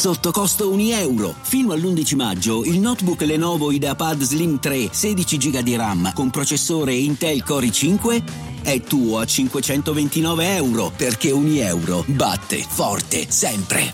sotto costo €1. Fino all'11 maggio il notebook Lenovo IdeaPad Slim 3 16 GB di RAM con processore Intel Core i5 è tuo a €529, perché €1 batte forte sempre.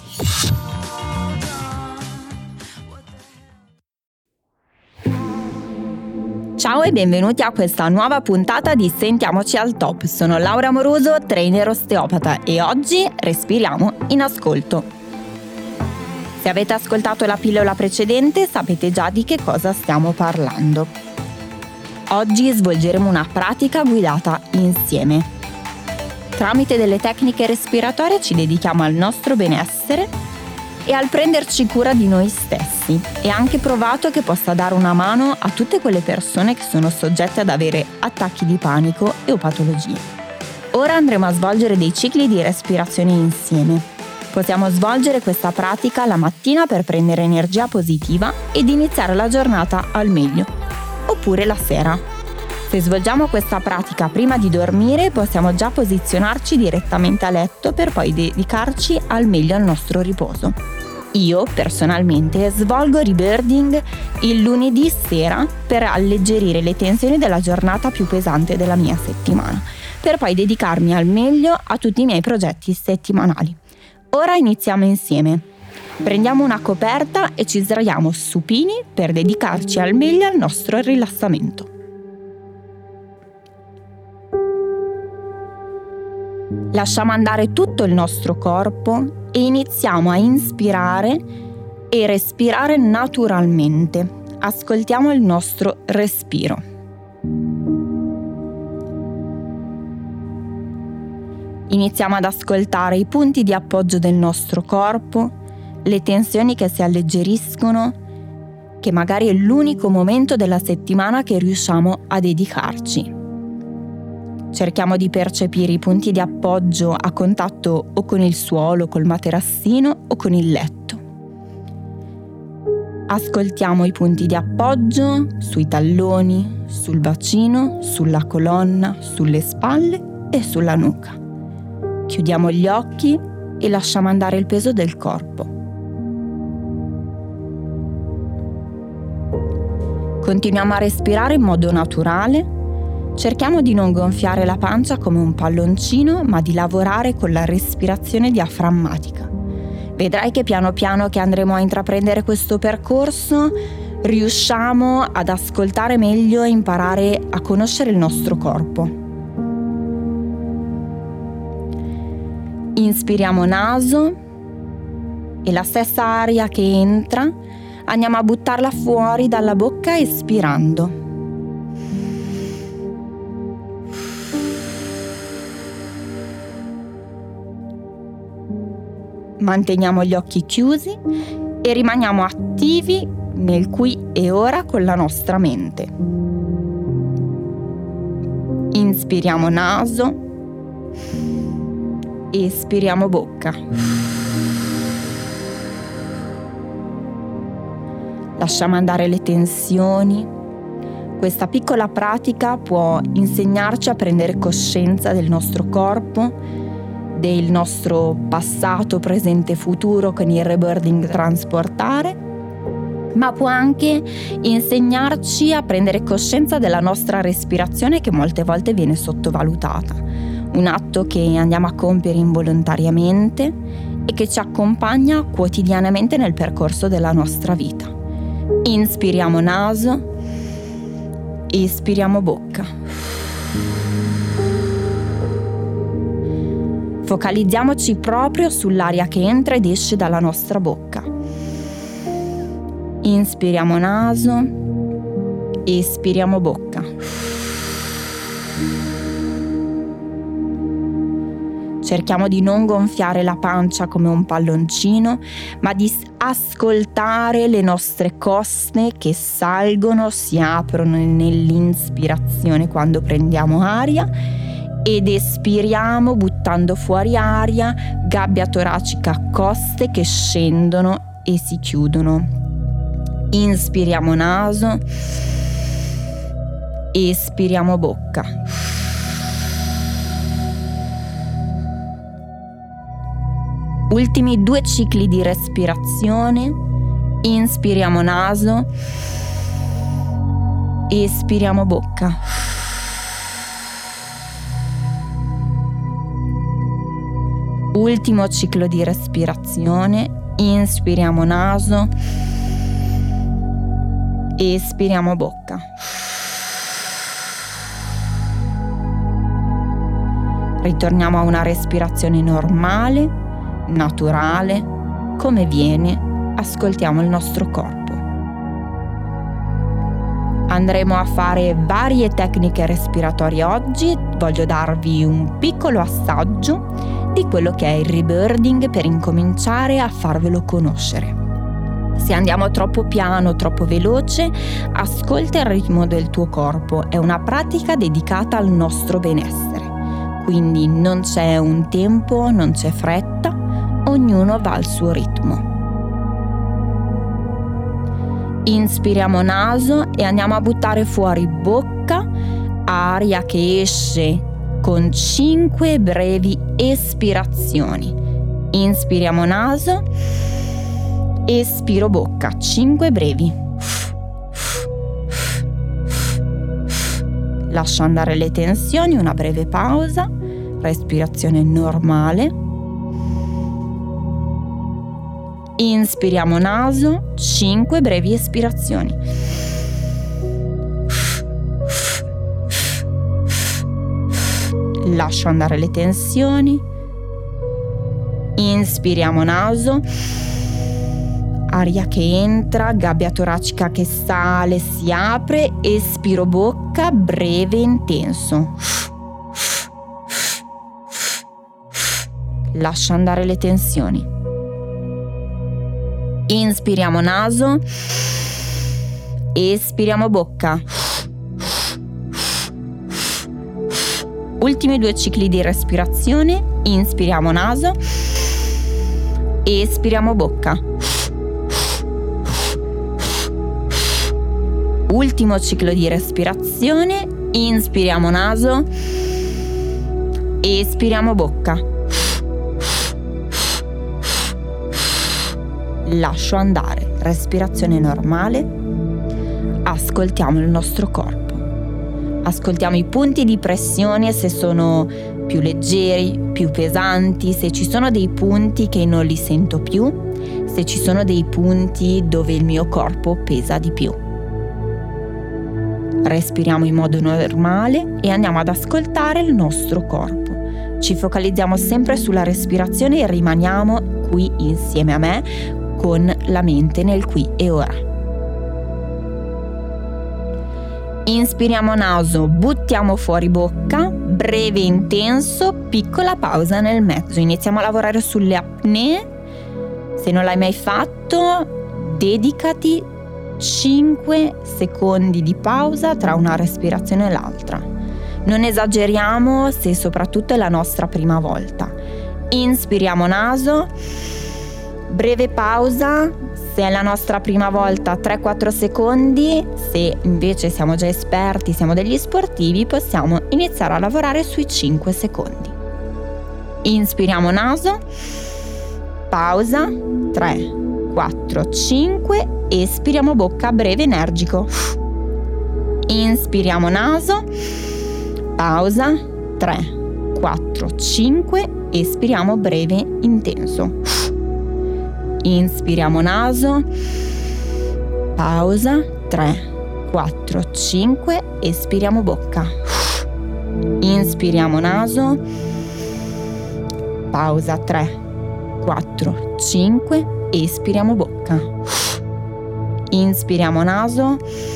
Ciao e benvenuti a questa nuova puntata di Sentiamoci al Top. Sono Laura Amoroso, trainer osteopata, e oggi respiriamo in ascolto. Se avete ascoltato la pillola precedente sapete già di che cosa stiamo parlando. Oggi svolgeremo una pratica guidata insieme. Tramite delle tecniche respiratorie ci dedichiamo al nostro benessere e al prenderci cura di noi stessi. È anche provato che possa dare una mano a tutte quelle persone che sono soggette ad avere attacchi di panico e o patologie. Ora andremo a svolgere dei cicli di respirazione insieme. Possiamo svolgere questa pratica la mattina per prendere energia positiva ed iniziare la giornata al meglio, oppure la sera. Se svolgiamo questa pratica prima di dormire, possiamo già posizionarci direttamente a letto per poi dedicarci al meglio al nostro riposo. Io, personalmente, svolgo rebirthing il lunedì sera per alleggerire le tensioni della giornata più pesante della mia settimana, per poi dedicarmi al meglio a tutti i miei progetti settimanali. Ora iniziamo insieme. Prendiamo una coperta e ci sdraiamo supini per dedicarci al meglio al nostro rilassamento. Lasciamo andare tutto il nostro corpo e iniziamo a inspirare e respirare naturalmente. Ascoltiamo il nostro respiro. Iniziamo ad ascoltare i punti di appoggio del nostro corpo, le tensioni che si alleggeriscono, che magari è l'unico momento della settimana che riusciamo a dedicarci. Cerchiamo di percepire i punti di appoggio a contatto o con il suolo, col materassino o con il letto. Ascoltiamo i punti di appoggio sui talloni, sul bacino, sulla colonna, sulle spalle e sulla nuca. Chiudiamo gli occhi e lasciamo andare il peso del corpo. Continuiamo a respirare in modo naturale. Cerchiamo di non gonfiare la pancia come un palloncino, ma di lavorare con la respirazione diaframmatica. Vedrai che piano piano che andremo a intraprendere questo percorso, riusciamo ad ascoltare meglio e imparare a conoscere il nostro corpo. Inspiriamo naso e la stessa aria che entra andiamo a buttarla fuori dalla bocca espirando. Manteniamo gli occhi chiusi e rimaniamo attivi nel qui e ora con la nostra mente. Inspiriamo naso, espiriamo bocca. Lasciamo andare le tensioni. Questa piccola pratica può insegnarci a prendere coscienza del nostro corpo, del nostro passato, presente e futuro con il rebirthing trasportare, ma può anche insegnarci a prendere coscienza della nostra respirazione, che molte volte viene sottovalutata. Un atto che andiamo a compiere involontariamente e che ci accompagna quotidianamente nel percorso della nostra vita. Inspiriamo naso, espiriamo bocca. Focalizziamoci proprio sull'aria che entra ed esce dalla nostra bocca. Inspiriamo naso, espiriamo bocca. Cerchiamo di non gonfiare la pancia come un palloncino, ma di ascoltare le nostre cosce che salgono, si aprono nell'inspirazione quando prendiamo aria ed espiriamo buttando fuori aria, gabbia toracica, coste che scendono e si chiudono. Inspiriamo naso, espiriamo bocca. Ultimi 2 cicli di respirazione. Inspiriamo naso, espiriamo bocca. Ultimo ciclo di respirazione. Inspiriamo naso, espiriamo bocca. Ritorniamo a una respirazione normale, naturale, come viene, ascoltiamo il nostro corpo. Andremo a fare varie tecniche respiratorie oggi, voglio darvi un piccolo assaggio di quello che è il rebirding per incominciare a farvelo conoscere. Se andiamo troppo piano, troppo veloce, ascolta il ritmo del tuo corpo, è una pratica dedicata al nostro benessere. Quindi non c'è un tempo, non c'è fretta, ognuno va al suo ritmo. Inspiriamo naso e andiamo a buttare fuori bocca, aria che esce con 5 brevi espirazioni. Inspiriamo naso, espiro bocca, 5 brevi. Lascio andare le tensioni, una breve pausa, respirazione normale. Inspiriamo naso, 5 brevi espirazioni. Lascio andare le tensioni. Inspiriamo naso, aria che entra, gabbia toracica che sale, si apre, espiro bocca, breve e intenso. Lascio andare le tensioni. Inspiriamo naso, espiriamo bocca. Ultimi 2 cicli di respirazione. Inspiriamo naso, espiriamo bocca. Ultimo ciclo di respirazione. Inspiriamo naso, espiriamo bocca. Lascio andare, respirazione normale. Ascoltiamo il nostro corpo. Ascoltiamo i punti di pressione, se sono più leggeri, più pesanti, se ci sono dei punti che non li sento più, se ci sono dei punti dove il mio corpo pesa di più. Respiriamo in modo normale e andiamo ad ascoltare il nostro corpo. Ci focalizziamo sempre sulla respirazione e rimaniamo qui insieme a me con la mente nel qui e ora. Inspiriamo naso, buttiamo fuori bocca, breve e intenso, piccola pausa nel mezzo. Iniziamo a lavorare sulle apnee. Se non l'hai mai fatto, dedicati 5 secondi di pausa tra una respirazione e l'altra. Non esageriamo se soprattutto è la nostra prima volta. Inspiriamo naso, breve pausa. Se è la nostra prima volta 3-4 secondi, se invece siamo già esperti, siamo degli sportivi, possiamo iniziare a lavorare sui 5 secondi. Inspiriamo naso, pausa, 3, 4, 5, espiriamo bocca, breve, energico. Inspiriamo naso, pausa, 3, 4, 5, espiriamo breve, intenso. Inspiriamo naso, pausa, 3, 4, 5, espiriamo bocca. Inspiriamo naso, pausa, 3, 4, 5, espiriamo bocca. Inspiriamo naso,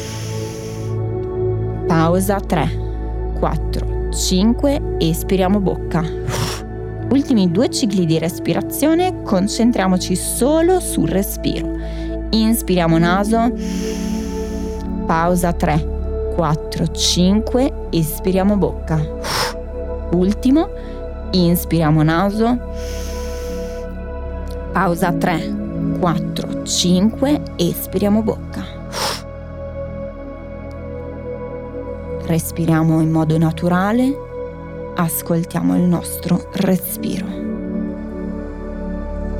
pausa, 3, 4, 5, espiriamo bocca. Ultimi 2 cicli di respirazione, concentriamoci solo sul respiro. Inspiriamo naso, pausa 3, 4, 5, espiriamo bocca. Ultimo, inspiriamo naso, pausa 3, 4, 5, espiriamo bocca. Respiriamo in modo naturale. Ascoltiamo il nostro respiro.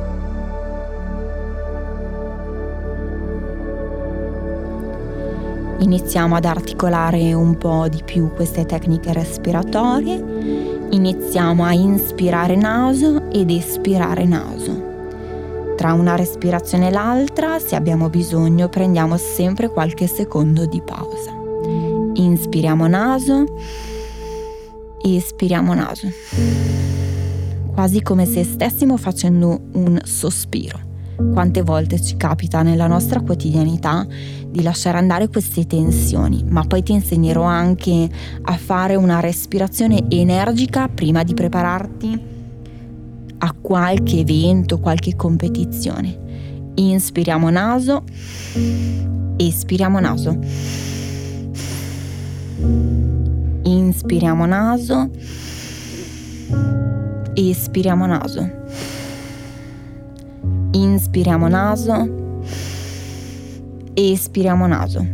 Iniziamo ad articolare un po' di più queste tecniche respiratorie. Iniziamo a inspirare naso ed espirare naso. Tra una respirazione e l'altra, se abbiamo bisogno, prendiamo sempre qualche secondo di pausa. Inspiriamo naso, espiriamo naso, quasi come se stessimo facendo un sospiro. Quante volte ci capita nella nostra quotidianità di lasciare andare queste tensioni, ma poi ti insegnerò anche a fare una respirazione energica prima di prepararti a qualche evento, qualche competizione. Inspiriamo naso, espiriamo naso. Inspiriamo naso, espiriamo naso. Inspiriamo naso, espiriamo naso.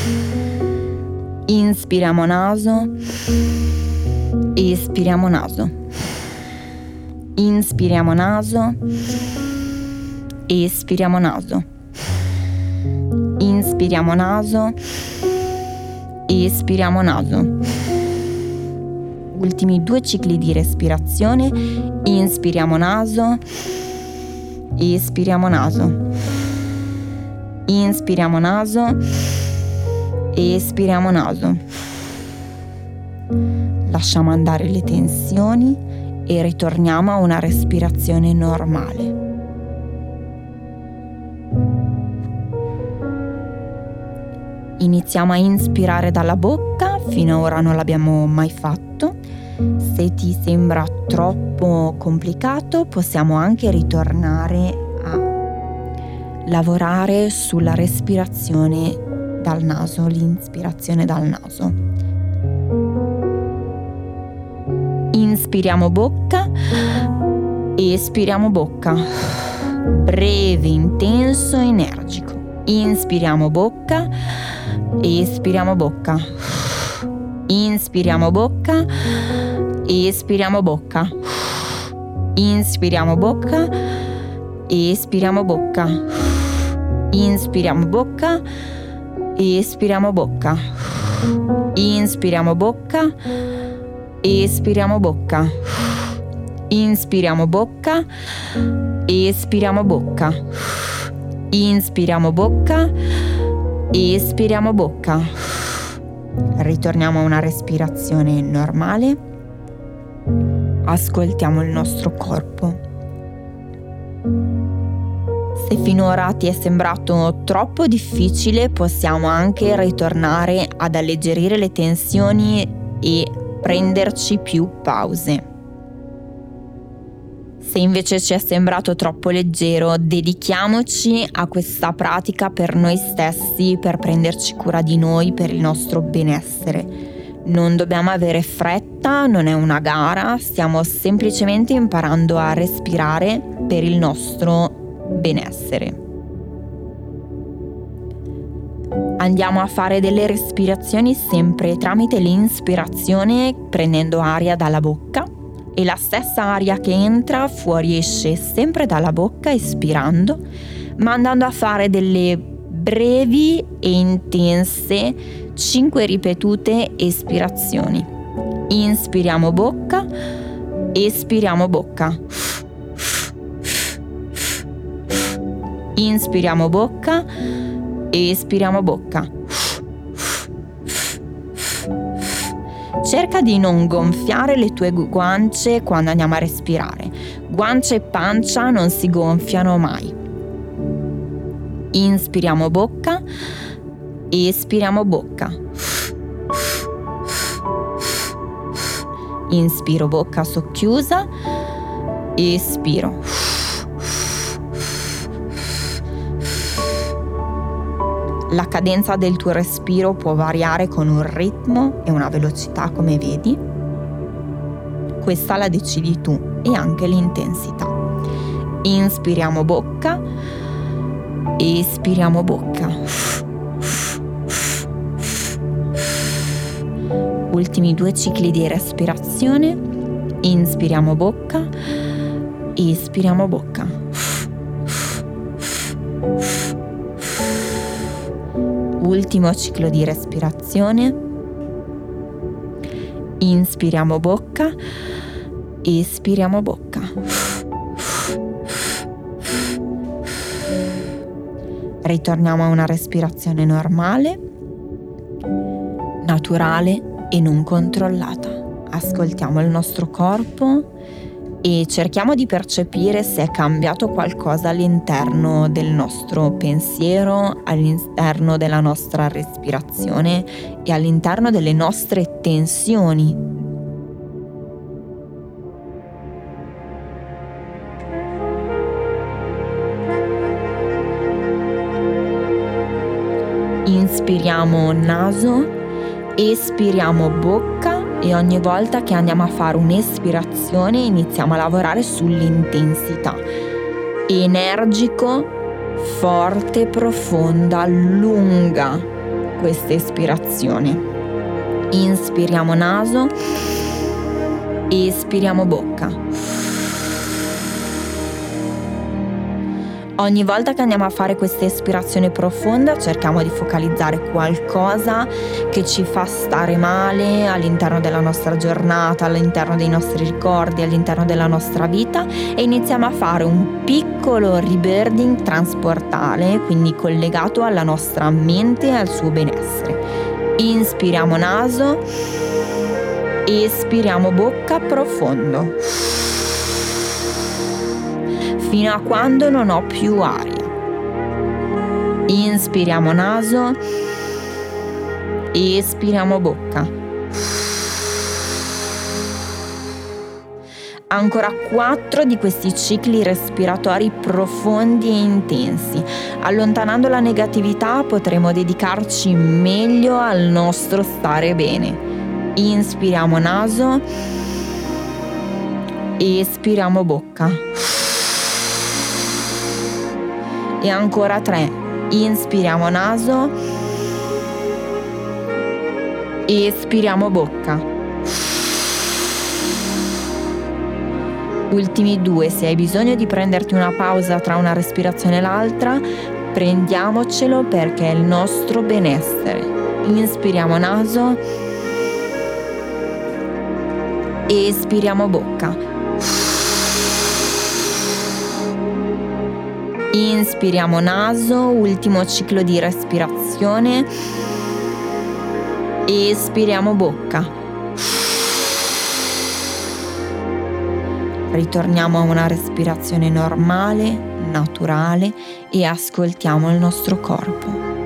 Inspiriamo naso, espiriamo naso. Inspiriamo naso, espiriamo naso. Inspiriamo naso, espiriamo naso. Ultimi 2 cicli di respirazione. Inspiriamo naso, espiriamo naso. Inspiriamo naso, espiriamo naso. Lasciamo andare le tensioni e ritorniamo a una respirazione normale. Iniziamo a inspirare dalla bocca, fino ad ora non l'abbiamo mai fatto. Se ti sembra troppo complicato, possiamo anche ritornare a lavorare sulla respirazione dal naso, l'inspirazione dal naso. Inspiriamo bocca, espiriamo bocca. Breve, intenso, energico. Inspiriamo bocca, espiriamo bocca. Inspiriamo bocca, espiriamo bocca. Inspiriamo bocca, espiriamo bocca. Inspiriamo bocca, espiriamo bocca. Inspiriamo bocca, espiriamo bocca. Inspiriamo bocca, espiriamo bocca. Inspiriamo bocca, espiriamo bocca. Ritorniamo a una respirazione normale. Ascoltiamo il nostro corpo. Se finora ti è sembrato troppo difficile, possiamo anche ritornare ad alleggerire le tensioni e prenderci più pause. Se invece ci è sembrato troppo leggero, dedichiamoci a questa pratica per noi stessi, per prenderci cura di noi, per il nostro benessere. Non dobbiamo avere fretta, non è una gara, stiamo semplicemente imparando a respirare per il nostro benessere. Andiamo a fare delle respirazioni sempre tramite l'inspirazione, prendendo aria dalla bocca. E la stessa aria che entra fuoriesce sempre dalla bocca espirando, ma andando a fare delle brevi e intense 5 ripetute espirazioni. Inspiriamo bocca, espiriamo bocca. Inspiriamo bocca, espiriamo bocca. Cerca di non gonfiare le tue guance quando andiamo a respirare. Guance e pancia non si gonfiano mai. Inspiriamo bocca, espiriamo bocca. Inspiro bocca socchiusa, espiro. La cadenza del tuo respiro può variare con un ritmo e una velocità, come vedi. Questa la decidi tu, e anche l'intensità. Inspiriamo bocca, espiriamo bocca. Ultimi 2 cicli di respirazione. Inspiriamo bocca, espiriamo bocca. Ultimo ciclo di respirazione. Inspiriamo bocca, espiriamo bocca. Ritorniamo a una respirazione normale, naturale e non controllata. Ascoltiamo il nostro corpo e cerchiamo di percepire se è cambiato qualcosa all'interno del nostro pensiero, all'interno della nostra respirazione e all'interno delle nostre tensioni. Inspiriamo naso, espiriamo bocca. E ogni volta che andiamo a fare un'espirazione iniziamo a lavorare sull'intensità. Energico, forte, profonda, lunga questa espirazione. Inspiriamo naso, espiriamo bocca. Ogni volta che andiamo a fare questa espirazione profonda cerchiamo di focalizzare qualcosa che ci fa stare male all'interno della nostra giornata, all'interno dei nostri ricordi, all'interno della nostra vita e iniziamo a fare un piccolo rebirthing transportale, quindi collegato alla nostra mente e al suo benessere. Inspiriamo naso, espiriamo bocca profondo. Fino a quando non ho più aria. Inspiriamo naso, espiriamo bocca. Ancora 4 di questi cicli respiratori profondi e intensi. Allontanando la negatività potremo dedicarci meglio al nostro stare bene. Inspiriamo naso, espiriamo bocca. E ancora 3. Inspiriamo naso, espiriamo bocca. Ultimi 2, se hai bisogno di prenderti una pausa tra una respirazione e l'altra, prendiamocelo perché è il nostro benessere. Inspiriamo naso, espiriamo bocca. Inspiriamo naso, ultimo ciclo di respirazione. Espiriamo bocca. Ritorniamo a una respirazione normale, naturale e ascoltiamo il nostro corpo.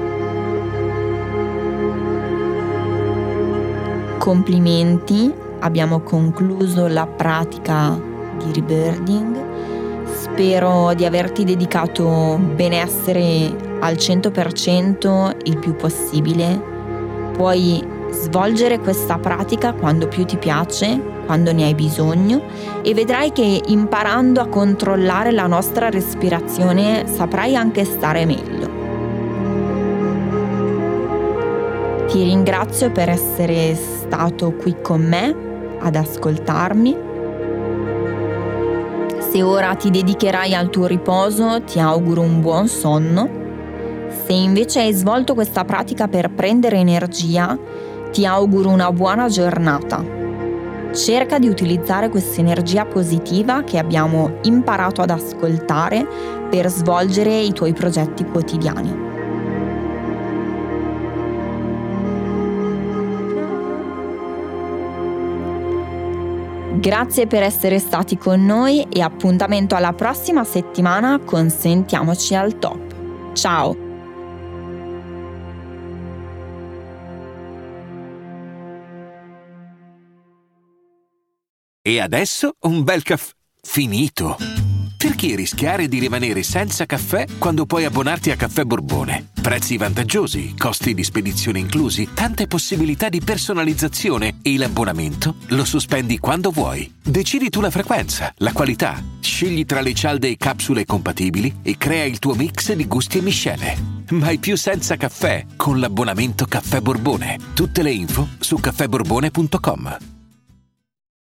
Complimenti, abbiamo concluso la pratica di rebirthing. Spero di averti dedicato benessere al 100% il più possibile. Puoi svolgere questa pratica quando più ti piace, quando ne hai bisogno e vedrai che imparando a controllare la nostra respirazione saprai anche stare meglio. Ti ringrazio per essere stato qui con me ad ascoltarmi. Se ora ti dedicherai al tuo riposo, ti auguro un buon sonno. Se invece hai svolto questa pratica per prendere energia, ti auguro una buona giornata. Cerca di utilizzare questa energia positiva che abbiamo imparato ad ascoltare per svolgere i tuoi progetti quotidiani. Grazie per essere stati con noi e appuntamento alla prossima settimana con Sentiamoci al Top. Ciao! E adesso un bel caffè finito. Perché rischiare di rimanere senza caffè quando puoi abbonarti a Caffè Borbone? Prezzi vantaggiosi, costi di spedizione inclusi, tante possibilità di personalizzazione e l'abbonamento lo sospendi quando vuoi. Decidi tu la frequenza, la qualità, scegli tra le cialde e capsule compatibili e crea il tuo mix di gusti e miscele. Mai più senza caffè con l'abbonamento Caffè Borbone. Tutte le info su caffèborbone.com.